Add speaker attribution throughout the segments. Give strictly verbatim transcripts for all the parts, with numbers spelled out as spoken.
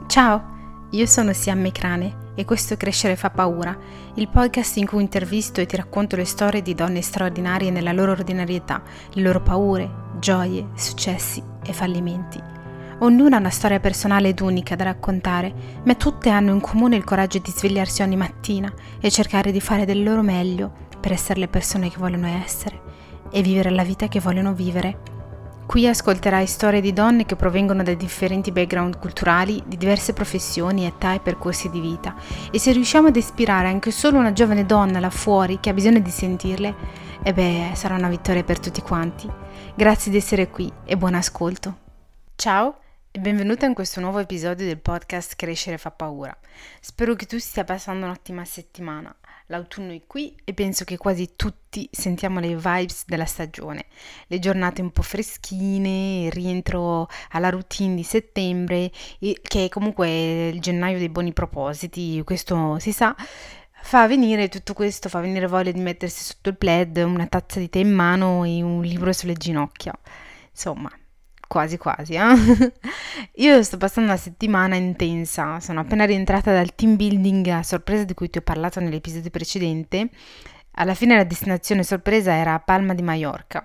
Speaker 1: Ciao, io sono Siam Mecrane e questo è Crescere fa paura, il podcast in cui intervisto e ti racconto le storie di donne straordinarie nella loro ordinarietà, le loro paure, gioie, successi e fallimenti. Ognuna ha una storia personale ed unica da raccontare, ma tutte hanno in comune il coraggio di svegliarsi ogni mattina e cercare di fare del loro meglio per essere le persone che vogliono essere e vivere la vita che vogliono vivere. Qui ascolterai storie di donne che provengono da differenti background culturali, di diverse professioni, età e percorsi di vita. E se riusciamo ad ispirare anche solo una giovane donna là fuori che ha bisogno di sentirle, e beh, sarà una vittoria per tutti quanti. Grazie di essere qui e buon ascolto. Ciao e benvenuta in questo nuovo episodio del podcast Crescere fa paura. Spero che tu stia passando un'ottima settimana. L'autunno è qui e penso che quasi tutti sentiamo le vibes della stagione. Le giornate un po' freschine, il rientro alla routine di settembre, che è comunque il gennaio dei buoni propositi, questo si sa, fa venire tutto questo, fa venire voglia di mettersi sotto il plaid, una tazza di tè in mano e un libro sulle ginocchia. Insomma, quasi quasi, eh? Io sto passando una settimana intensa, sono appena rientrata dal team building a sorpresa di cui ti ho parlato nell'episodio precedente. Alla fine la destinazione sorpresa era Palma di Mallorca.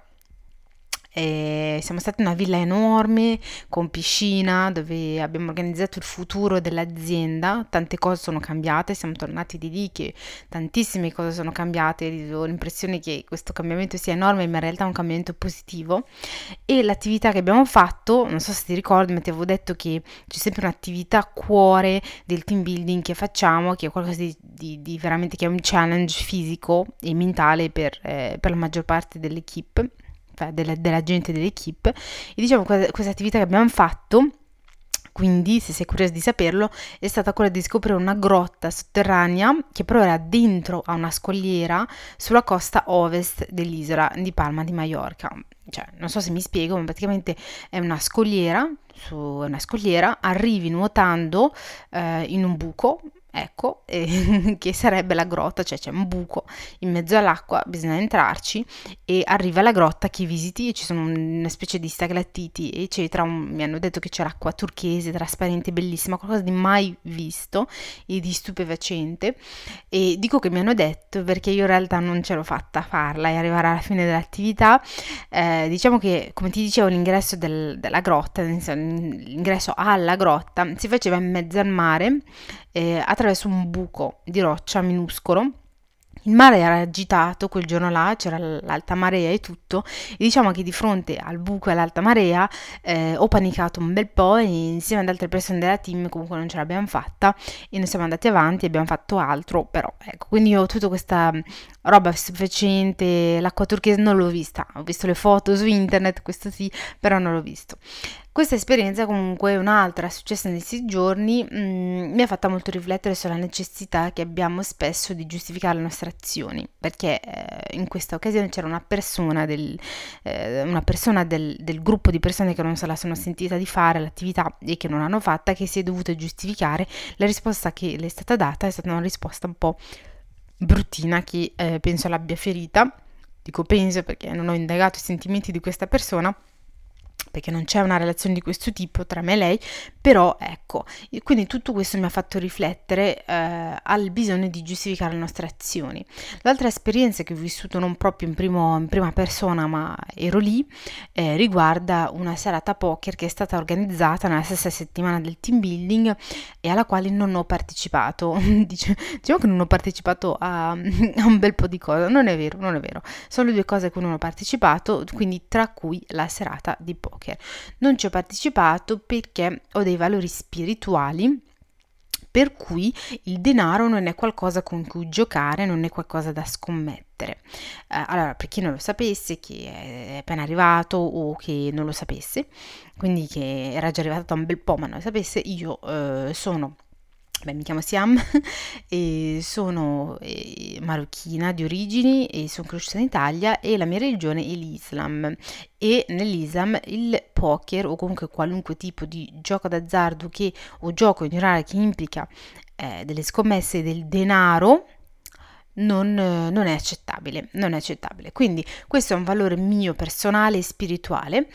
Speaker 1: E siamo stati in una villa enorme con piscina dove abbiamo organizzato il futuro dell'azienda. Tante cose sono cambiate, siamo tornati di lì che tantissime cose sono cambiate, ho l'impressione che questo cambiamento sia enorme ma in realtà è un cambiamento positivo. E l'attività che abbiamo fatto, non so se ti ricordi, ma ti avevo detto che c'è sempre un'attività a cuore del team building che facciamo, che è qualcosa di, di, di veramente, che è un challenge fisico e mentale per, eh, per la maggior parte dell'equipe, Della, della gente dell'equipe. E diciamo questa, questa attività che abbiamo fatto, quindi se sei curioso di saperlo, è stata quella di scoprire una grotta sotterranea che però era dentro a una scogliera sulla costa ovest dell'isola di Palma di Mallorca. Cioè, non so se mi spiego, ma praticamente è una scogliera, su una scogliera, arrivi nuotando eh, in un buco, ecco, eh, che sarebbe la grotta, cioè c'è un buco in mezzo all'acqua, bisogna entrarci e arriva alla grotta che visiti e ci sono una specie di stalattiti eccetera, un, mi hanno detto che c'era acqua turchese, trasparente, bellissima, qualcosa di mai visto e di stupefacente. E dico che mi hanno detto perché io in realtà non ce l'ho fatta a farla e arrivare alla fine dell'attività. Eh, diciamo che, come ti dicevo, l'ingresso del, della grotta, l'ingresso alla grotta si faceva in mezzo al mare, eh, attraverso un buco di roccia minuscolo. Il mare era agitato quel giorno là, c'era l'alta marea e tutto, e diciamo che di fronte al buco e all'alta marea eh, ho panicato un bel po' e insieme ad altre persone della team comunque non ce l'abbiamo fatta e noi siamo andati avanti e abbiamo fatto altro, però ecco, quindi io ho tutta questa roba stupefacente, l'acqua turchese non l'ho vista, ho visto le foto su internet, questo sì, però non l'ho visto. Questa esperienza comunque, un'altra successa in questi giorni, mh, mi ha fatto molto riflettere sulla necessità che abbiamo spesso di giustificare le nostre azioni, perché eh, in questa occasione c'era una persona, del, eh, una persona del, del gruppo di persone che non se la sono sentita di fare l'attività e che non l'hanno fatta, che si è dovuta giustificare. La risposta che le è stata data è stata una risposta un po' bruttina che eh, penso l'abbia ferita. Dico penso perché non ho indagato i sentimenti di questa persona, perché non c'è una relazione di questo tipo tra me e lei, però ecco, quindi tutto questo mi ha fatto riflettere eh, al bisogno di giustificare le nostre azioni. L'altra esperienza che ho vissuto non proprio in, primo, in prima persona, ma ero lì, eh, riguarda una serata poker che è stata organizzata nella stessa settimana del team building e alla quale non ho partecipato. Diciamo che non ho partecipato a, a un bel po' di cose, non è vero, non è vero, sono le due cose a cui non ho partecipato, quindi tra cui la serata di poker. Non ci ho partecipato perché ho dei valori spirituali, per cui il denaro non è qualcosa con cui giocare, non è qualcosa da scommettere. Eh, allora, per chi non lo sapesse, che è appena arrivato o che non lo sapesse, quindi che era già arrivato da un bel po' ma non lo sapesse, io eh, sono... Beh, mi chiamo Siam e sono eh, marocchina di origini e sono cresciuta in Italia e la mia religione è l'Islam, e nell'Islam il poker o comunque qualunque tipo di gioco d'azzardo che o gioco in generale che implica eh, delle scommesse del denaro non, non è accettabile, non è accettabile. Quindi questo è un valore mio personale e spirituale,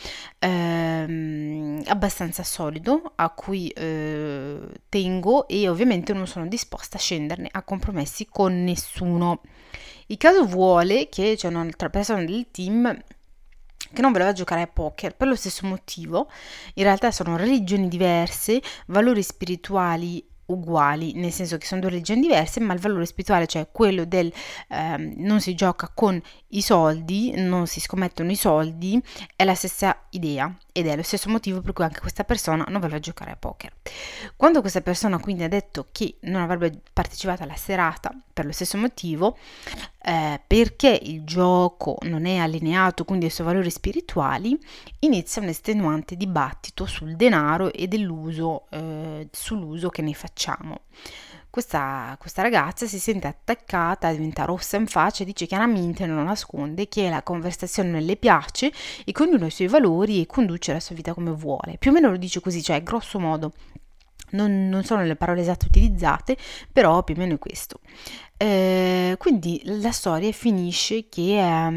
Speaker 1: ehm, abbastanza solido, a cui eh, tengo, e ovviamente non sono disposta a scenderne a compromessi con nessuno. Il caso vuole che c'è un'altra persona del team che non voleva giocare a poker per lo stesso motivo. In realtà sono religioni diverse, valori spirituali uguali, nel senso che sono due religioni diverse, ma il valore spirituale, cioè quello del ehm, non si gioca con i soldi, non si scommettono i soldi, è la stessa idea, ed è lo stesso motivo per cui anche questa persona non voleva giocare a poker. Quando questa persona quindi ha detto che non avrebbe partecipato alla serata per lo stesso motivo, eh, perché il gioco non è allineato quindi ai suoi valori spirituali, inizia un estenuante dibattito sul denaro e dell'uso, eh, sull'uso che ne facciamo. Questa, questa ragazza si sente attaccata, diventa rossa in faccia e dice chiaramente, non lo nasconde, che la conversazione non le piace e che ognuno ha i suoi valori e conduce la sua vita come vuole. Più o meno lo dice così, cioè grosso modo. Non, non sono le parole esatte utilizzate, però più o meno è questo. Eh, quindi la storia finisce che,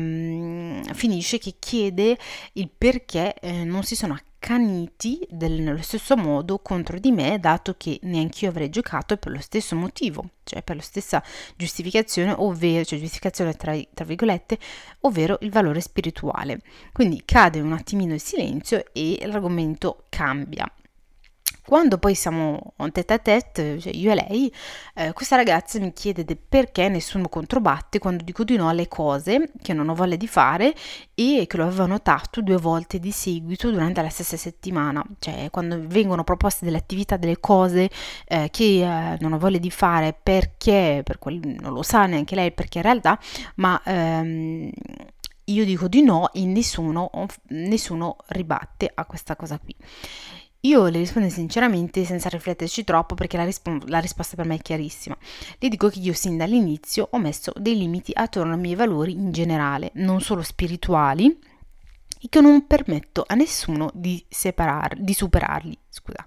Speaker 1: um, finisce che chiede il perché eh, non si sono accaniti del, nello stesso modo contro di me, dato che neanch'io avrei giocato per lo stesso motivo, cioè per la stessa giustificazione, ovvero, cioè giustificazione tra, tra virgolette, ovvero il valore spirituale. Quindi cade un attimino il silenzio e l'argomento cambia. Quando poi siamo en tête à tête, cioè io e lei, eh, questa ragazza mi chiede del perché nessuno controbatte quando dico di no alle cose che non ho voglia di fare e che lo avevo notato due volte di seguito durante la stessa settimana. Cioè quando vengono proposte delle attività, delle cose eh, che eh, non ho voglia di fare perché, per quel, non lo sa neanche lei perché in realtà, ma ehm, io dico di no e nessuno, nessuno ribatte a questa cosa qui. Io le rispondo sinceramente senza rifletterci troppo perché la, risp- la risposta per me è chiarissima. Le dico che io sin dall'inizio ho messo dei limiti attorno ai miei valori in generale, non solo spirituali, e che non permetto a nessuno di, separar- di superarli. Scusa.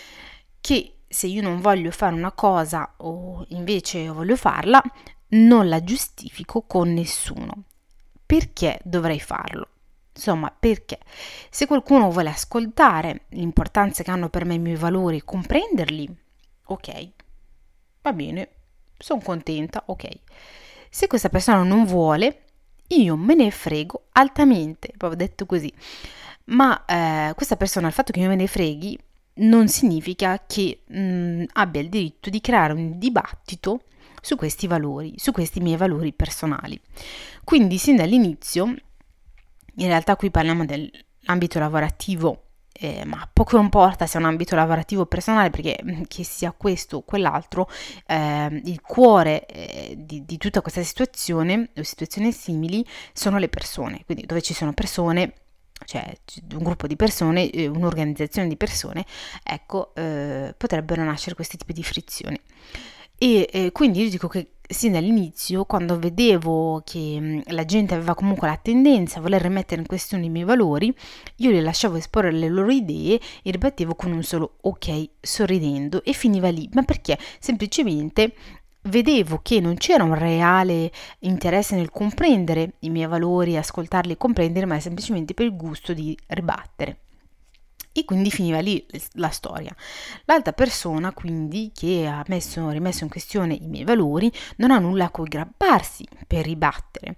Speaker 1: Che se io non voglio fare una cosa o invece voglio farla, non la giustifico con nessuno. Perché dovrei farlo? Insomma, perché? Se qualcuno vuole ascoltare l'importanza che hanno per me i miei valori, comprenderli, ok, va bene, sono contenta, ok. Se questa persona non vuole, io me ne frego altamente, proprio detto così. Ma eh, questa persona, il fatto che io me ne freghi, non significa che mh, abbia il diritto di creare un dibattito su questi valori, su questi miei valori personali. Quindi, sin dall'inizio, in realtà qui parliamo dell'ambito lavorativo, eh, ma poco importa se è un ambito lavorativo o personale, perché che sia questo o quell'altro, eh, il cuore eh, di, di tutta questa situazione o situazioni simili sono le persone. Quindi dove ci sono persone, cioè un gruppo di persone, eh, un'organizzazione di persone, ecco, eh, potrebbero nascere questi tipi di frizioni. E eh, quindi io dico che sin dall'inizio, quando vedevo che mh, la gente aveva comunque la tendenza a voler rimettere in questione i miei valori, io li lasciavo esporre le loro idee e ribattevo con un solo ok, sorridendo, e finiva lì. Ma perché? Semplicemente vedevo che non c'era un reale interesse nel comprendere i miei valori, ascoltarli e comprendere, ma semplicemente per il gusto di ribattere. E quindi finiva lì la storia. L'altra persona, quindi, che ha messo, rimesso in questione i miei valori, non ha nulla a cui aggrapparsi per ribattere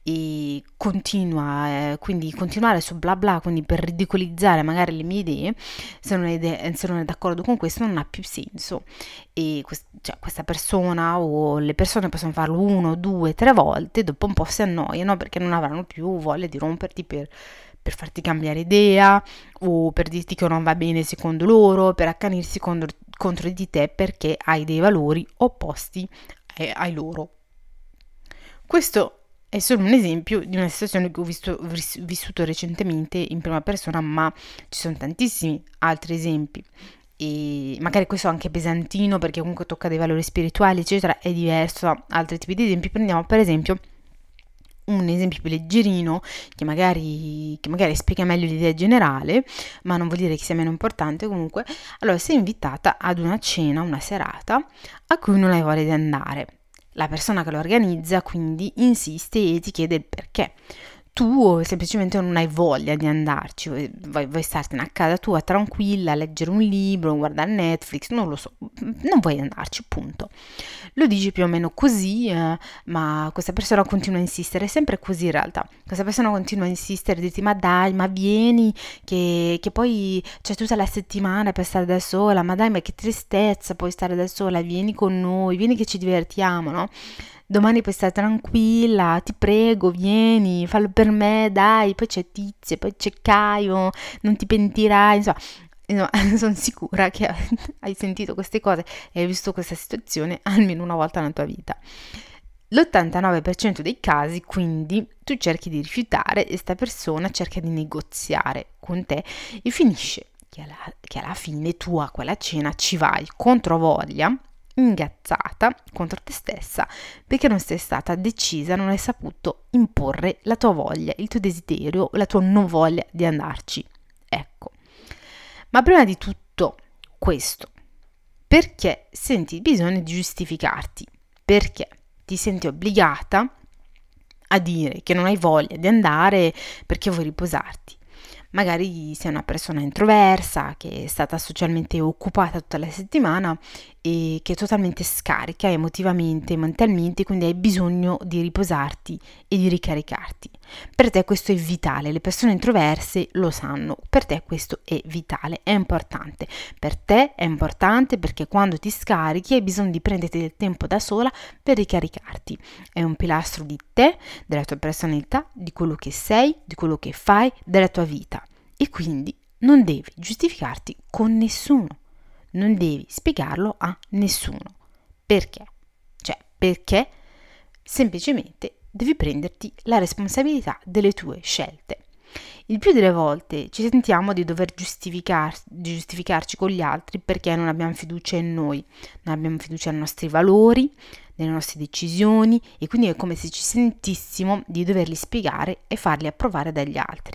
Speaker 1: e continua, eh, quindi continuare su bla bla, quindi per ridicolizzare magari le mie idee, se non è, de- se non è d'accordo con questo non ha più senso. E quest- cioè, questa persona o le persone possono farlo uno, due, tre volte, dopo un po' si annoiano perché non avranno più voglia di romperti per per farti cambiare idea o per dirti che non va bene secondo loro, per accanirsi contro, contro di te perché hai dei valori opposti ai, ai loro. Questo è solo un esempio di una situazione che ho visto, vissuto recentemente in prima persona, ma ci sono tantissimi altri esempi. E magari questo è anche pesantino perché comunque tocca dei valori spirituali, eccetera, è diverso da altri tipi di esempi. Prendiamo per esempio un esempio più leggerino che magari, che magari spiega meglio l'idea generale, ma non vuol dire che sia meno importante. Comunque, allora sei invitata ad una cena, una serata a cui non hai voglia di andare. La persona che lo organizza quindi insiste e ti chiede il perché. Tu semplicemente non hai voglia di andarci, vuoi, vuoi startene a casa tua tranquilla, leggere un libro, guardare Netflix, non lo so, non vuoi andarci, punto. Lo dici più o meno così, eh, ma questa persona continua a insistere, è sempre così in realtà. Questa persona continua a insistere, a dirti ma dai, ma vieni, che, che poi c'è tutta la settimana per stare da sola, ma dai, ma che tristezza poi stare da sola, vieni con noi, vieni che ci divertiamo, no? Domani puoi stare tranquilla, ti prego, vieni, fallo per me, dai, poi c'è Tizio, poi c'è Caio, non ti pentirai, insomma, insomma sono sicura che hai sentito queste cose e hai visto questa situazione almeno una volta nella tua vita. L'ottantanove per cento dei casi, quindi, tu cerchi di rifiutare e sta persona cerca di negoziare con te e finisce che alla, che alla fine tu a quella cena ci vai contro voglia, ingazzata contro te stessa perché non sei stata decisa, non hai saputo imporre la tua voglia, il tuo desiderio, la tua non voglia di andarci. Ecco. Ma prima di tutto questo, perché senti il bisogno di giustificarti? Perché ti senti obbligata a dire che non hai voglia di andare perché vuoi riposarti? Magari sei una persona introversa che è stata socialmente occupata tutta la settimana e che è totalmente scarica emotivamente, mentalmente, quindi hai bisogno di riposarti e di ricaricarti. Per te questo è vitale, le persone introverse lo sanno, per te questo è vitale, è importante. Per te è importante perché quando ti scarichi hai bisogno di prenderti del tempo da sola per ricaricarti. È un pilastro di te, della tua personalità, di quello che sei, di quello che fai, della tua vita. E quindi non devi giustificarti con nessuno, non devi spiegarlo a nessuno. Perché? Cioè, perché semplicemente devi prenderti la responsabilità delle tue scelte. Il più delle volte ci sentiamo di dover giustificar, di giustificarci con gli altri perché non abbiamo fiducia in noi, non abbiamo fiducia nei nostri valori, nelle nostre decisioni e quindi è come se ci sentissimo di doverli spiegare e farli approvare dagli altri.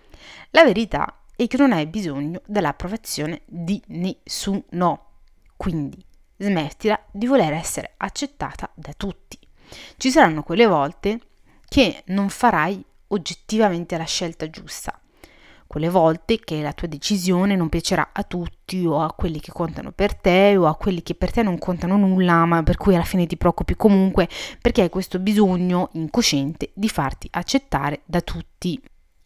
Speaker 1: La verità è che non hai bisogno dell'approvazione di nessuno, quindi smettila di voler essere accettata da tutti. Ci saranno quelle volte che non farai oggettivamente la scelta giusta, quelle volte che la tua decisione non piacerà a tutti o a quelli che contano per te o a quelli che per te non contano nulla, ma per cui alla fine ti preoccupi comunque perché hai questo bisogno incosciente di farti accettare da tutti.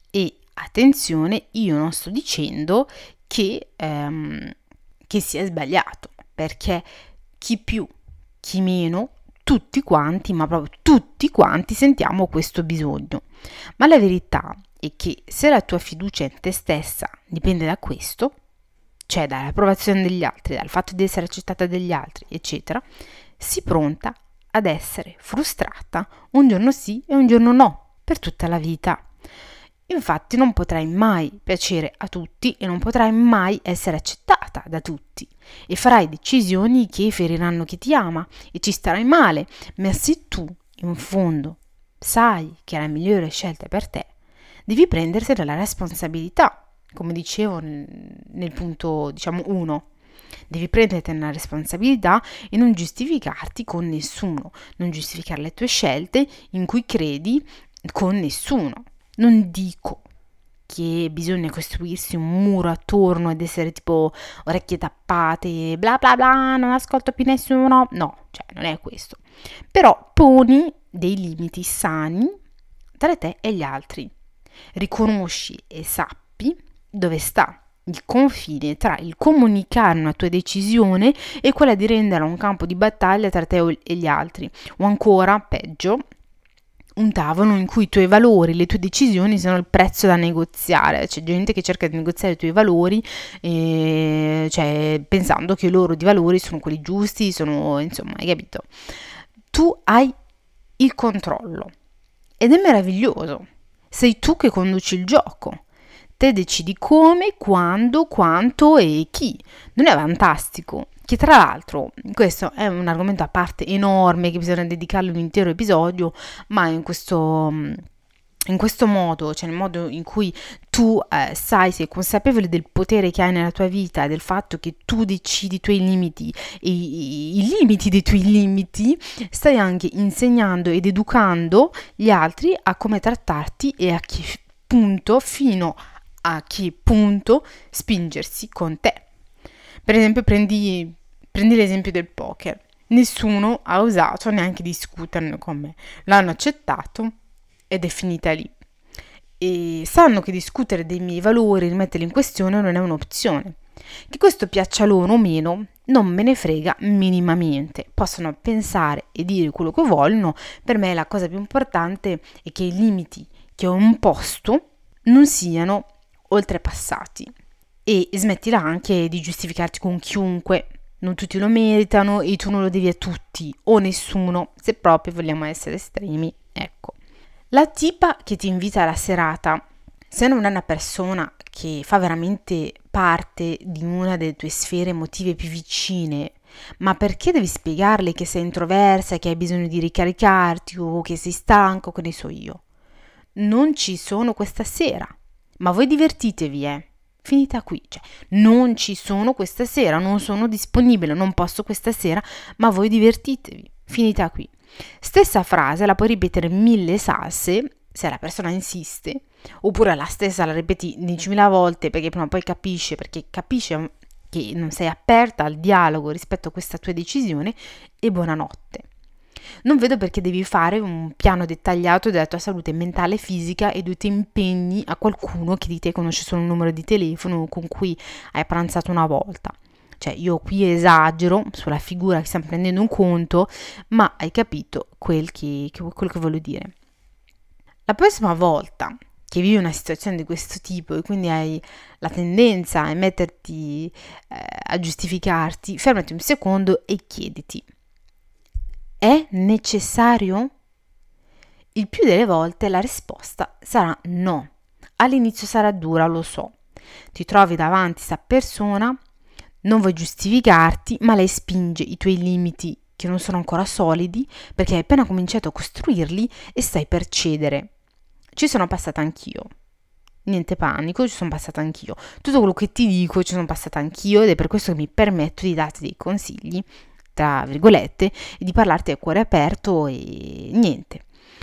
Speaker 1: E attenzione, io non sto dicendo che, ehm, che sia sbagliato, perché chi più, chi meno, tutti quanti, ma proprio tutti quanti sentiamo questo bisogno. Ma la verità è che se la tua fiducia in te stessa dipende da questo, cioè dall'approvazione degli altri, dal fatto di essere accettata dagli altri, eccetera, sii pronta ad essere frustrata un giorno sì e un giorno no, per tutta la vita. Infatti non potrai mai piacere a tutti e non potrai mai essere accettata da tutti e farai decisioni che feriranno chi ti ama e ci starai male, ma se tu in fondo sai che è la migliore scelta per te, devi prendertene la responsabilità, come dicevo nel, nel punto diciamo uno. Devi prendertene la responsabilità e non giustificarti con nessuno, non giustificare le tue scelte in cui credi con nessuno. Non dico che bisogna costruirsi un muro attorno ed essere tipo orecchie tappate, bla bla bla, non ascolto più nessuno. No, cioè non è questo. Però poni dei limiti sani tra te e gli altri. Riconosci e sappi dove sta il confine tra il comunicare una tua decisione e quella di renderla un campo di battaglia tra te e gli altri. O ancora, peggio, un tavolo in cui i tuoi valori, le tue decisioni sono il prezzo da negoziare. C'è gente che cerca di negoziare i tuoi valori, eh, cioè pensando che i loro di valori sono quelli giusti, sono, insomma, hai capito? Tu hai il controllo ed è meraviglioso. Sei tu che conduci il gioco. Te decidi come, quando, quanto e chi. Non è fantastico? Che tra l'altro, questo è un argomento a parte enorme che bisogna dedicarle un intero episodio, ma in questo, In questo modo, cioè nel modo in cui tu eh, sai, sei consapevole del potere che hai nella tua vita e del fatto che tu decidi i tuoi limiti e i, i limiti dei tuoi limiti, stai anche insegnando ed educando gli altri a come trattarti e a che punto, fino a che punto spingersi con te. Per esempio, prendi, prendi l'esempio del poker. Nessuno ha osato neanche discuterne con me. L'hanno accettato ed è finita lì. E sanno che discutere dei miei valori, rimetterli in questione non è un'opzione. Che questo piaccia loro o meno non me ne frega minimamente. Possono pensare e dire quello che vogliono. Per me la cosa più importante è che i limiti che ho imposto non siano oltrepassati. E smettila anche di giustificarti con chiunque. Non tutti lo meritano e tu non lo devi a tutti o nessuno, se proprio vogliamo essere estremi, ecco. La tipa che ti invita alla serata, se non è una persona che fa veramente parte di una delle tue sfere emotive più vicine, ma perché devi spiegarle che sei introversa, che hai bisogno di ricaricarti o che sei stanco, che ne so io? Non ci sono questa sera, ma voi divertitevi, eh. Finita qui, cioè non ci sono questa sera, non sono disponibile, non posso questa sera, ma voi divertitevi. Finita qui. Stessa frase la puoi ripetere mille salse se la persona insiste, oppure la stessa la ripeti diecimila volte perché prima o poi capisce, perché capisce che non sei aperta al dialogo rispetto a questa tua decisione, e buonanotte. Non vedo perché devi fare un piano dettagliato della tua salute mentale e fisica e dei tuoi impegni a qualcuno che di te conosce solo un numero di telefono con cui hai pranzato una volta. Cioè, io qui esagero sulla figura che stiamo prendendo in conto, ma hai capito quel che, che, quello che voglio dire. La prossima volta che vivi una situazione di questo tipo e quindi hai la tendenza a metterti eh, a giustificarti, fermati un secondo e chiediti: è necessario? Il più delle volte la risposta sarà no. All'inizio sarà dura, lo so. Ti trovi davanti a questa persona, non vuoi giustificarti, ma lei spinge i tuoi limiti che non sono ancora solidi perché hai appena cominciato a costruirli e stai per cedere. Ci sono passata anch'io. Niente panico, ci sono passata anch'io. Tutto quello che ti dico ci sono passata anch'io ed è per questo che mi permetto di darti dei consigli, tra virgolette, e di parlarti a cuore aperto e niente.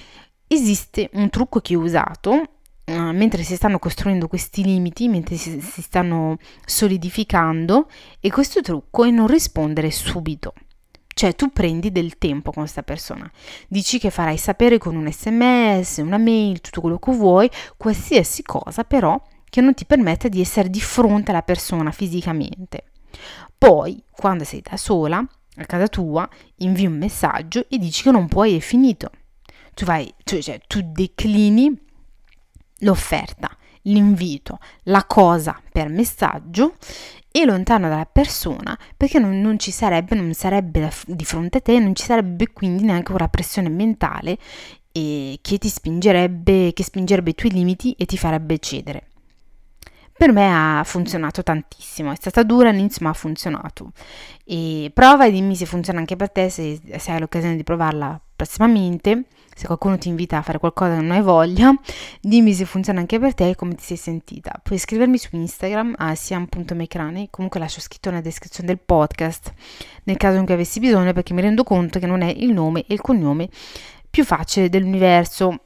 Speaker 1: Esiste un trucco che ho usato uh, mentre si stanno costruendo questi limiti, mentre si, si stanno solidificando, e questo trucco è non rispondere subito. Cioè, tu prendi del tempo con questa persona, dici che farai sapere con un sms, una mail, tutto quello che vuoi, qualsiasi cosa però che non ti permetta di essere di fronte alla persona fisicamente. Poi, quando sei da sola, a casa tua, invii un messaggio e dici che non puoi, è finito. Tu vai, tu, cioè, tu declini l'offerta, l'invito, la cosa per messaggio e lontano dalla persona, perché non, non ci sarebbe, non sarebbe di fronte a te, non ci sarebbe quindi neanche una pressione mentale e che ti spingerebbe, che spingerebbe i tuoi limiti e ti farebbe cedere. Per me ha funzionato tantissimo, è stata dura all'inizio ma ha funzionato. E prova e dimmi se funziona anche per te, se, se hai l'occasione di provarla prossimamente, se qualcuno ti invita a fare qualcosa che non hai voglia, dimmi se funziona anche per te e come ti sei sentita. Puoi scrivermi su Instagram a siam punto mecrani, comunque lascio scritto nella descrizione del podcast, nel caso in cui avessi bisogno, perché mi rendo conto che non è il nome e il cognome più facile dell'universo.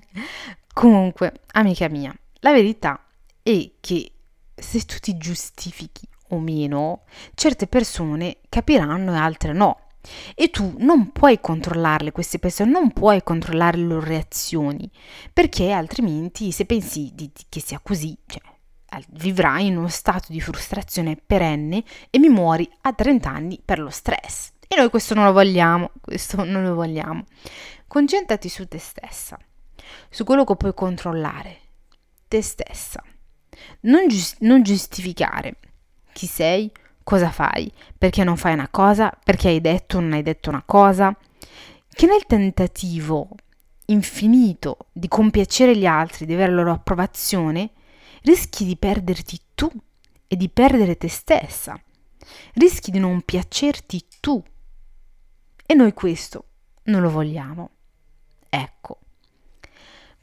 Speaker 1: Comunque, amica mia, la verità è che se tu ti giustifichi o meno, certe persone capiranno e altre no. E tu non puoi controllarle, queste persone, non puoi controllare le loro reazioni, perché altrimenti se pensi di, di, che sia così, cioè, vivrai in uno stato di frustrazione perenne e mi muori a trenta anni per lo stress. E noi questo non lo vogliamo, questo non lo vogliamo. Concentrati su te stessa, su quello che puoi controllare, te stessa. Non, giust- non giustificare chi sei, cosa fai, perché non fai una cosa, perché hai detto o non hai detto una cosa, che nel tentativo infinito di compiacere gli altri, di avere la loro approvazione, rischi di perderti tu e di perdere te stessa, rischi di non piacerti tu e noi questo non lo vogliamo. Ecco.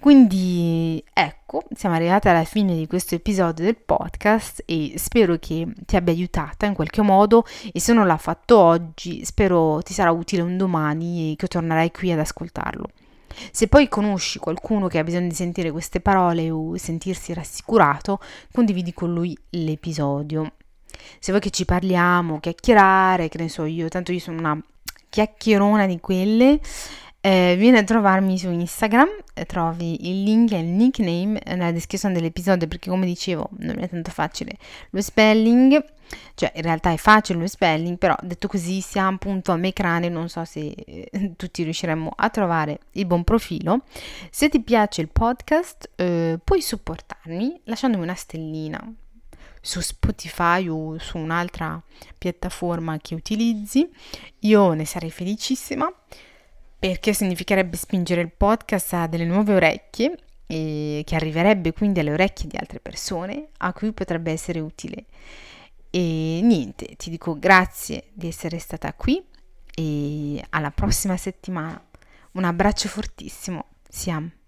Speaker 1: Quindi ecco, siamo arrivate alla fine di questo episodio del podcast e spero che ti abbia aiutata in qualche modo, e se non l'ha fatto oggi spero ti sarà utile un domani e che tornerai qui ad ascoltarlo. Se poi conosci qualcuno che ha bisogno di sentire queste parole o sentirsi rassicurato, condividi con lui l'episodio. Se vuoi che ci parliamo, chiacchierare, che ne so io, tanto io sono una chiacchierona di quelle, eh, vieni a trovarmi su Instagram, eh, trovi il link e il nickname nella descrizione dell'episodio, perché come dicevo non è tanto facile lo spelling, cioè in realtà è facile lo spelling, però detto così siamo appunto a Mecrane, non so se eh, tutti riusciremo a trovare il buon profilo. Se ti piace il podcast eh, puoi supportarmi lasciandomi una stellina su Spotify o su un'altra piattaforma che utilizzi. Io ne sarei felicissima, perché significherebbe spingere il podcast a delle nuove orecchie e che arriverebbe quindi alle orecchie di altre persone a cui potrebbe essere utile. E niente, ti dico grazie di essere stata qui e alla prossima settimana. Un abbraccio fortissimo. Siam.